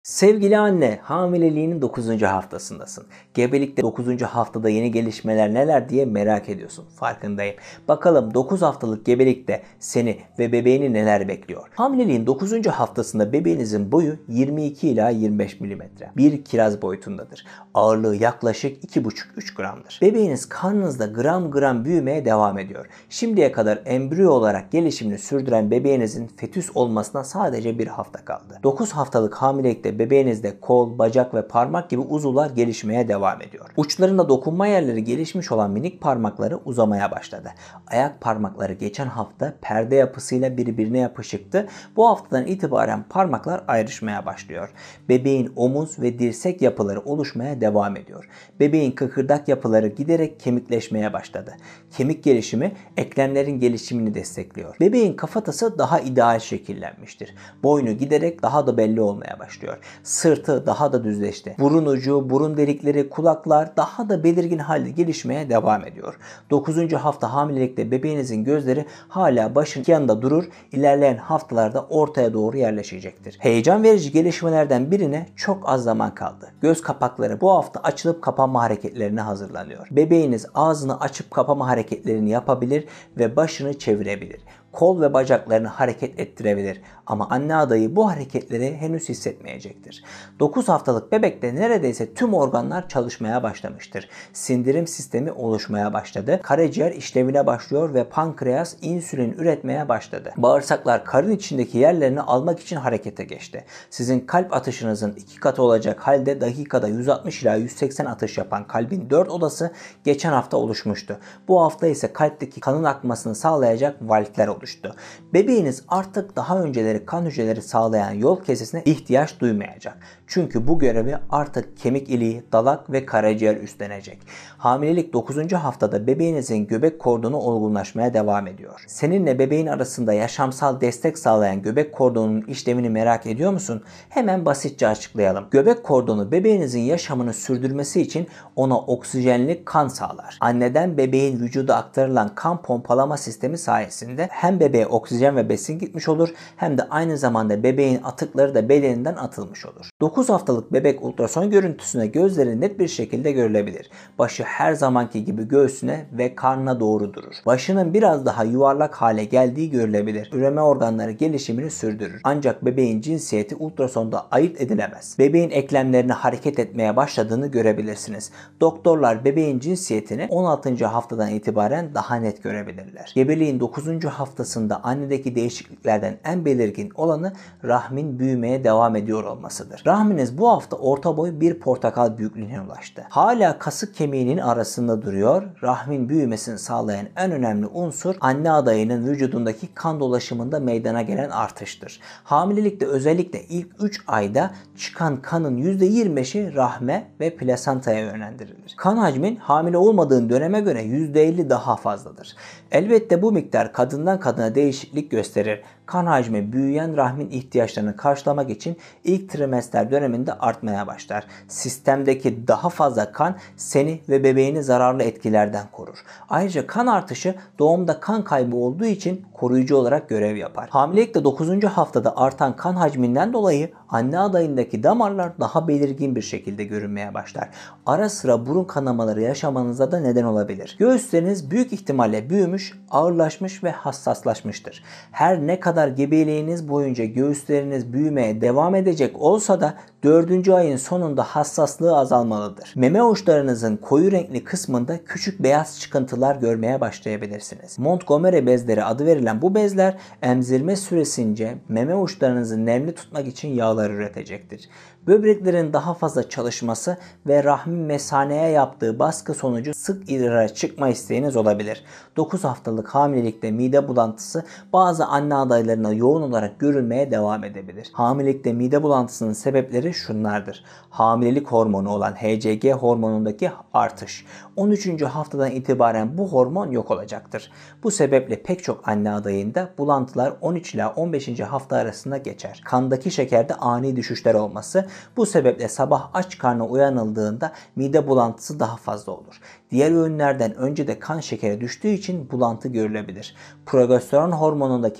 Sevgili anne, hamileliğinin 9. haftasındasın. Gebelikte 9. haftada yeni gelişmeler neler diye merak ediyorsun. Farkındayım. Bakalım 9 haftalık gebelikte seni ve bebeğini neler bekliyor? Hamileliğin 9. haftasında bebeğinizin boyu 22 ila 25 mm. Bir kiraz boyutundadır. Ağırlığı yaklaşık 2,5-3 gramdır. Bebeğiniz karnınızda gram gram büyümeye devam ediyor. Şimdiye kadar embriyo olarak gelişimini sürdüren bebeğinizin fetüs olmasına sadece bir hafta kaldı. 9 haftalık hamilelikte bebeğinizde kol, bacak ve parmak gibi uzuvlar gelişmeye devam ediyor. Uçlarında dokunma yerleri gelişmiş olan minik parmakları uzamaya başladı. Ayak parmakları geçen hafta perde yapısıyla birbirine yapışıktı. Bu haftadan itibaren parmaklar ayrışmaya başlıyor. Bebeğin omuz ve dirsek yapıları oluşmaya devam ediyor. Bebeğin kıkırdak yapıları giderek kemikleşmeye başladı. Kemik gelişimi eklemlerin gelişimini destekliyor. Bebeğin kafatası daha ideal şekillenmiştir. Boynu giderek daha da belli olmaya başlıyor. Sırtı daha da düzleşti. Burun ucu, burun delikleri, kulaklar daha da belirgin halde gelişmeye devam ediyor. 9. hafta hamilelikte bebeğinizin gözleri hala başın yanında durur, ilerleyen haftalarda ortaya doğru yerleşecektir. Heyecan verici gelişmelerden birine çok az zaman kaldı. Göz kapakları bu hafta açılıp kapanma hareketlerine hazırlanıyor. Bebeğiniz ağzını açıp kapama hareketlerini yapabilir ve başını çevirebilir. Kol ve bacaklarını hareket ettirebilir ama anne adayı bu hareketleri henüz hissetmeyecektir. 9 haftalık bebekte neredeyse tüm organlar çalışmaya başlamıştır. Sindirim sistemi oluşmaya başladı. Karaciğer işlevine başlıyor ve pankreas insülin üretmeye başladı. Bağırsaklar karın içindeki yerlerini almak için harekete geçti. Sizin kalp atışınızın 2 katı olacak halde dakikada 160 ila 180 atış yapan kalbin 4 odası geçen hafta oluşmuştu. Bu hafta ise kalpteki kanın akmasını sağlayacak valvler oluştu. Bebeğiniz artık daha önceleri kan hücreleri sağlayan yol kesesine ihtiyaç duymayacak. Çünkü bu görevi artık kemik iliği, dalak ve karaciğer üstlenecek. Hamilelik 9. haftada bebeğinizin göbek kordonu olgunlaşmaya devam ediyor. Seninle bebeğin arasında yaşamsal destek sağlayan göbek kordonunun işlevini merak ediyor musun? Hemen basitçe açıklayalım. Göbek kordonu bebeğinizin yaşamını sürdürmesi için ona oksijenli kan sağlar. Anneden bebeğin vücuda aktarılan kan pompalama sistemi sayesinde hem bebeğe oksijen ve besin gitmiş olur hem de aynı zamanda bebeğin atıkları da bedeninden atılmış olur. 9 haftalık bebek ultrason görüntüsüne gözleri net bir şekilde görülebilir. Başı her zamanki gibi göğsüne ve karnına doğru durur. Başının biraz daha yuvarlak hale geldiği görülebilir. Üreme organları gelişimini sürdürür. Ancak bebeğin cinsiyeti ultrasonda ayırt edilemez. Bebeğin eklemlerini hareket etmeye başladığını görebilirsiniz. Doktorlar bebeğin cinsiyetini 16. haftadan itibaren daha net görebilirler. Gebeliğin 9. haftasında annedeki değişikliklerden en belirgin olanı rahmin büyümeye devam ediyor olmasıdır. Rahminiz bu hafta orta boy bir portakal büyüklüğüne ulaştı. Hala kasık kemiğinin arasında duruyor. Rahmin büyümesini sağlayan en önemli unsur anne adayının vücudundaki kan dolaşımında meydana gelen artıştır. Hamilelikte özellikle ilk 3 ayda çıkan kanın %25'i rahme ve plasantaya yönlendirilir. Kan hacmin hamile olmadığın döneme göre %50 daha fazladır. Elbette bu miktar kadından kadına değişiklik gösterir. Kan hacmi büyüyen rahmin ihtiyaçlarını karşılamak için ilk trimester döneminde artmaya başlar. Sistemdeki daha fazla kan seni ve bebeğini zararlı etkilerden korur. Ayrıca kan artışı doğumda kan kaybı olduğu için koruyucu olarak görev yapar. Hamilelikte 9. haftada artan kan hacminden dolayı anne adayındaki damarlar daha belirgin bir şekilde görünmeye başlar. Ara sıra burun kanamaları yaşamanıza da neden olabilir. Göğüsleriniz büyük ihtimalle büyümüş, ağırlaşmış ve hassaslaşmıştır. Her ne kadar gebeliğiniz boyunca göğüsleriniz büyümeye devam edecek olsa da 4. ayın sonunda hassaslığı azalmalıdır. Meme uçlarınızın koyu renkli kısmında küçük beyaz çıkıntılar görmeye başlayabilirsiniz. Montgomery bezleri adı verilen bu bezler emzirme süresince meme uçlarınızı nemli tutmak için yağlar üretecektir. Böbreklerin daha fazla çalışması ve rahmin mesaneye yaptığı baskı sonucu sık idrara çıkma isteğiniz olabilir. 9 haftalık hamilelikte mide bulantısı bazı anne adaylarına yoğun olarak görülmeye devam edebilir. Hamilelikte mide bulantısının sebepleri şunlardır. Hamilelik hormonu olan HCG hormonundaki artış. 13. haftadan itibaren bu hormon yok olacaktır. Bu sebeple pek çok anne adayında bulantılar 13 ila 15. hafta arasında geçer. Kandaki şekerde ani düşüşler olması, bu sebeple sabah aç karnına uyanıldığında mide bulantısı daha fazla olur. Diğer öğünlerden önce de kan şekeri düştüğü için bulantı görülebilir. Progesteron hormonundaki artış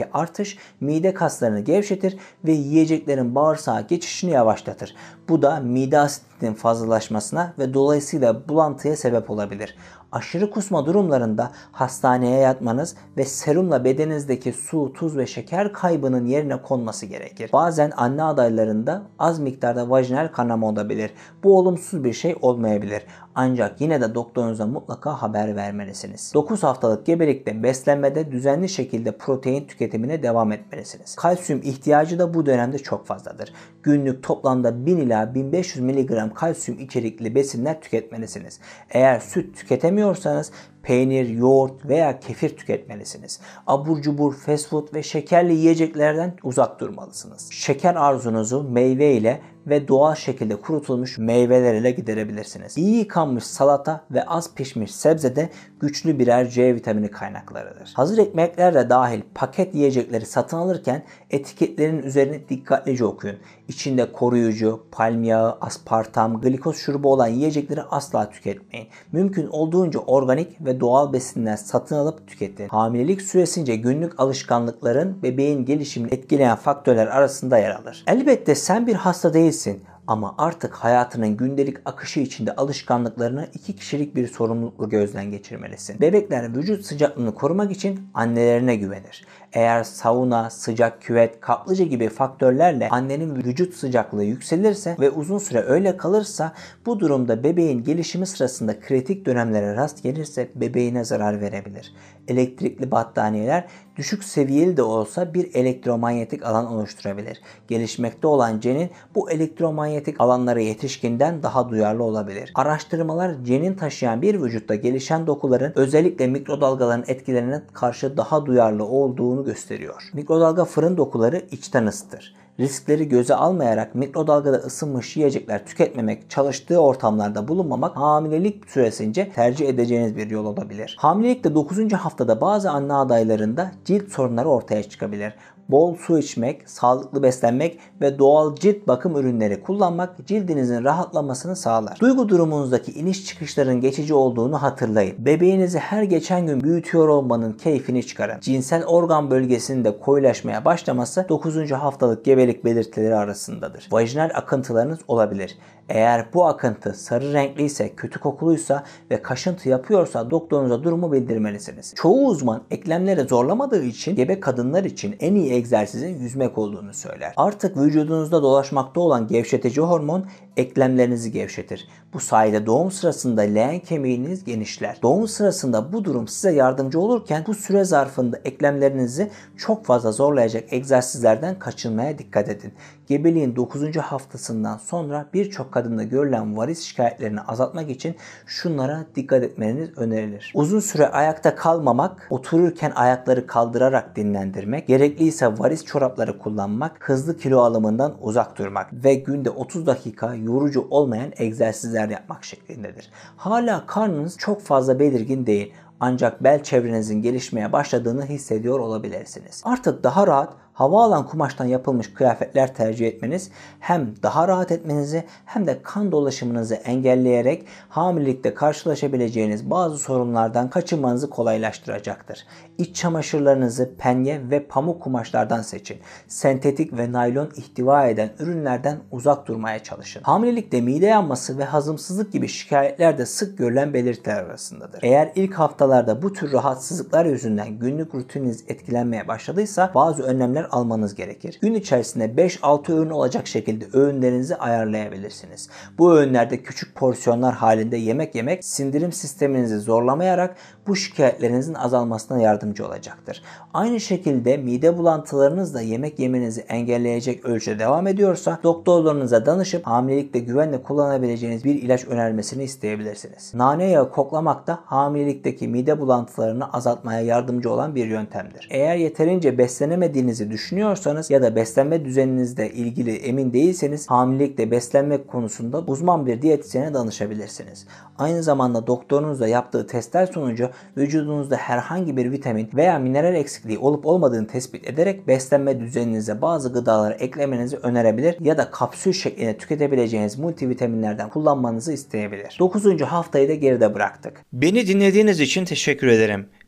başlangıç mide kaslarını gevşetir ve yiyeceklerin bağırsağa geçişini yavaşlatır. Bu da mide asitinin fazlalaşmasına ve dolayısıyla bulantıya sebep olabilir. Aşırı kusma durumlarında hastaneye yatmanız ve serumla bedeninizdeki su, tuz ve şeker kaybının yerine konması gerekir. Bazen anne adaylarında az miktarda vajinal kanama olabilir. Bu olumsuz bir şey olmayabilir. Ancak yine de doktorunuza mutlaka haber vermelisiniz. 9 haftalık gebelikte beslenmede düzenli şekilde protein tüketimine devam etmelisiniz. Kalsiyum ihtiyacı da bu dönemde çok fazladır. Günlük toplamda 1000 ila 1500 mg kalsiyum içerikli besinler tüketmelisiniz. Eğer süt tüketemiyorsanız peynir, yoğurt veya kefir tüketmelisiniz. Abur cubur, fast food ve şekerli yiyeceklerden uzak durmalısınız. Şeker arzunuzu meyve ile ve doğal şekilde kurutulmuş meyveler ile giderebilirsiniz. İyi yıkanmış salata ve az pişmiş sebze de güçlü birer C vitamini kaynaklarıdır. Hazır ekmekler de dahil paket yiyecekleri satın alırken etiketlerin üzerine dikkatlice okuyun. İçinde koruyucu, palm yağı, aspartam, glikoz şurubu olan yiyecekleri asla tüketmeyin. Mümkün olduğunca organik ve doğal besinler satın alıp tüketin. Hamilelik süresince günlük alışkanlıkların bebeğin gelişimini etkileyen faktörler arasında yer alır. Elbette sen bir hasta değilsin. Ama artık hayatının gündelik akışı içinde alışkanlıklarını 2 kişilik bir sorumlulukla gözden geçirmelisin. Bebekler vücut sıcaklığını korumak için annelerine güvenir. Eğer sauna, sıcak küvet, kaplıca gibi faktörlerle annenin vücut sıcaklığı yükselirse ve uzun süre öyle kalırsa bu durumda bebeğin gelişimi sırasında kritik dönemlere rast gelirse bebeğine zarar verebilir. Elektrikli battaniyeler düşük seviyeli de olsa bir elektromanyetik alan oluşturabilir. Gelişmekte olan cenin bu elektromanyetik alanlara yetişkinden daha duyarlı olabilir. Araştırmalar cenin taşıyan bir vücutta gelişen dokuların özellikle mikrodalgaların etkilerine karşı daha duyarlı olduğunu gösteriyor. Mikrodalga fırın dokuları içten ısıtır. Riskleri göze almayarak mikrodalgada ısınmış yiyecekler tüketmemek, çalıştığı ortamlarda bulunmamak hamilelik süresince tercih edeceğiniz bir yol olabilir. Hamilelikte 9. haftada bazı anne adaylarında cilt sorunları ortaya çıkabilir. Bol su içmek, sağlıklı beslenmek ve doğal cilt bakım ürünleri kullanmak cildinizin rahatlamasını sağlar. Duygu durumunuzdaki iniş çıkışların geçici olduğunu hatırlayın. Bebeğinizi her geçen gün büyütüyor olmanın keyfini çıkarın. Cinsel organ bölgesinde koyulaşmaya başlaması 9. haftalık gebelik belirtileri arasındadır. Vajinal akıntılarınız olabilir. Eğer bu akıntı sarı renkliyse, kötü kokuluysa ve kaşıntı yapıyorsa doktorunuza durumu bildirmelisiniz. Çoğu uzman eklemleri zorlamadığı için gebe kadınlar için en iyi egzersizin yüzmek olduğunu söyler. Artık vücudunuzda dolaşmakta olan gevşetici hormon eklemlerinizi gevşetir. Bu sayede doğum sırasında leğen kemiğiniz genişler. Doğum sırasında bu durum size yardımcı olurken bu süre zarfında eklemlerinizi çok fazla zorlayacak egzersizlerden kaçınmaya dikkat edin. Gebeliğin 9. haftasından sonra birçok kadında görülen varis şikayetlerini azaltmak için şunlara dikkat etmeniz önerilir. Uzun süre ayakta kalmamak, otururken ayakları kaldırarak dinlendirmek, gerekliyse varis çorapları kullanmak, hızlı kilo alımından uzak durmak ve günde 30 dakika yorucu olmayan egzersizler yapmak şeklindedir. Hala karnınız çok fazla belirgin değil. Ancak bel çevrenizin gelişmeye başladığını hissediyor olabilirsiniz. Artık daha rahat, hava alan kumaştan yapılmış kıyafetler tercih etmeniz hem daha rahat etmenizi hem de kan dolaşımınızı engelleyerek hamilelikte karşılaşabileceğiniz bazı sorunlardan kaçınmanızı kolaylaştıracaktır. İç çamaşırlarınızı penye ve pamuk kumaşlardan seçin. Sentetik ve naylon ihtiva eden ürünlerden uzak durmaya çalışın. Hamilelikte mide yanması ve hazımsızlık gibi şikayetler de sık görülen belirtiler arasındadır. Eğer ilk haftalarda bu tür rahatsızlıklar yüzünden günlük rutininiz etkilenmeye başladıysa bazı önlemler almanız gerekir. Gün içerisinde 5-6 öğün olacak şekilde öğünlerinizi ayarlayabilirsiniz. Bu öğünlerde küçük porsiyonlar halinde yemek yemek sindirim sisteminizi zorlamayarak bu şikayetlerinizin azalmasına yardımcı olacaktır. Aynı şekilde mide bulantılarınız da yemek yemenizi engelleyecek ölçüde devam ediyorsa doktorlarınıza danışıp hamilelikte güvenle kullanabileceğiniz bir ilaç önermesini isteyebilirsiniz. Nane yağı koklamak da hamilelikteki mide bulantılarını azaltmaya yardımcı olan bir yöntemdir. Eğer yeterince beslenemediğinizi düşünüyorsanız ya da beslenme düzeninizle ilgili emin değilseniz hamilelikte beslenme konusunda uzman bir diyetisyene danışabilirsiniz. Aynı zamanda doktorunuzla yaptığı testler sonucu vücudunuzda herhangi bir vitamin veya mineral eksikliği olup olmadığını tespit ederek beslenme düzeninize bazı gıdaları eklemenizi önerebilir ya da kapsül şeklinde tüketebileceğiniz multivitaminlerden kullanmanızı isteyebilir. 9. haftayı da geride bıraktık. Beni dinlediğiniz için teşekkür ederim.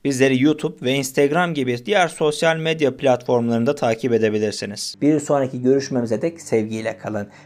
Bizleri YouTube ve Instagram gibi diğer sosyal medya platformlarında takip edebilirsiniz. Bir sonraki görüşmemize dek sevgiyle kalın.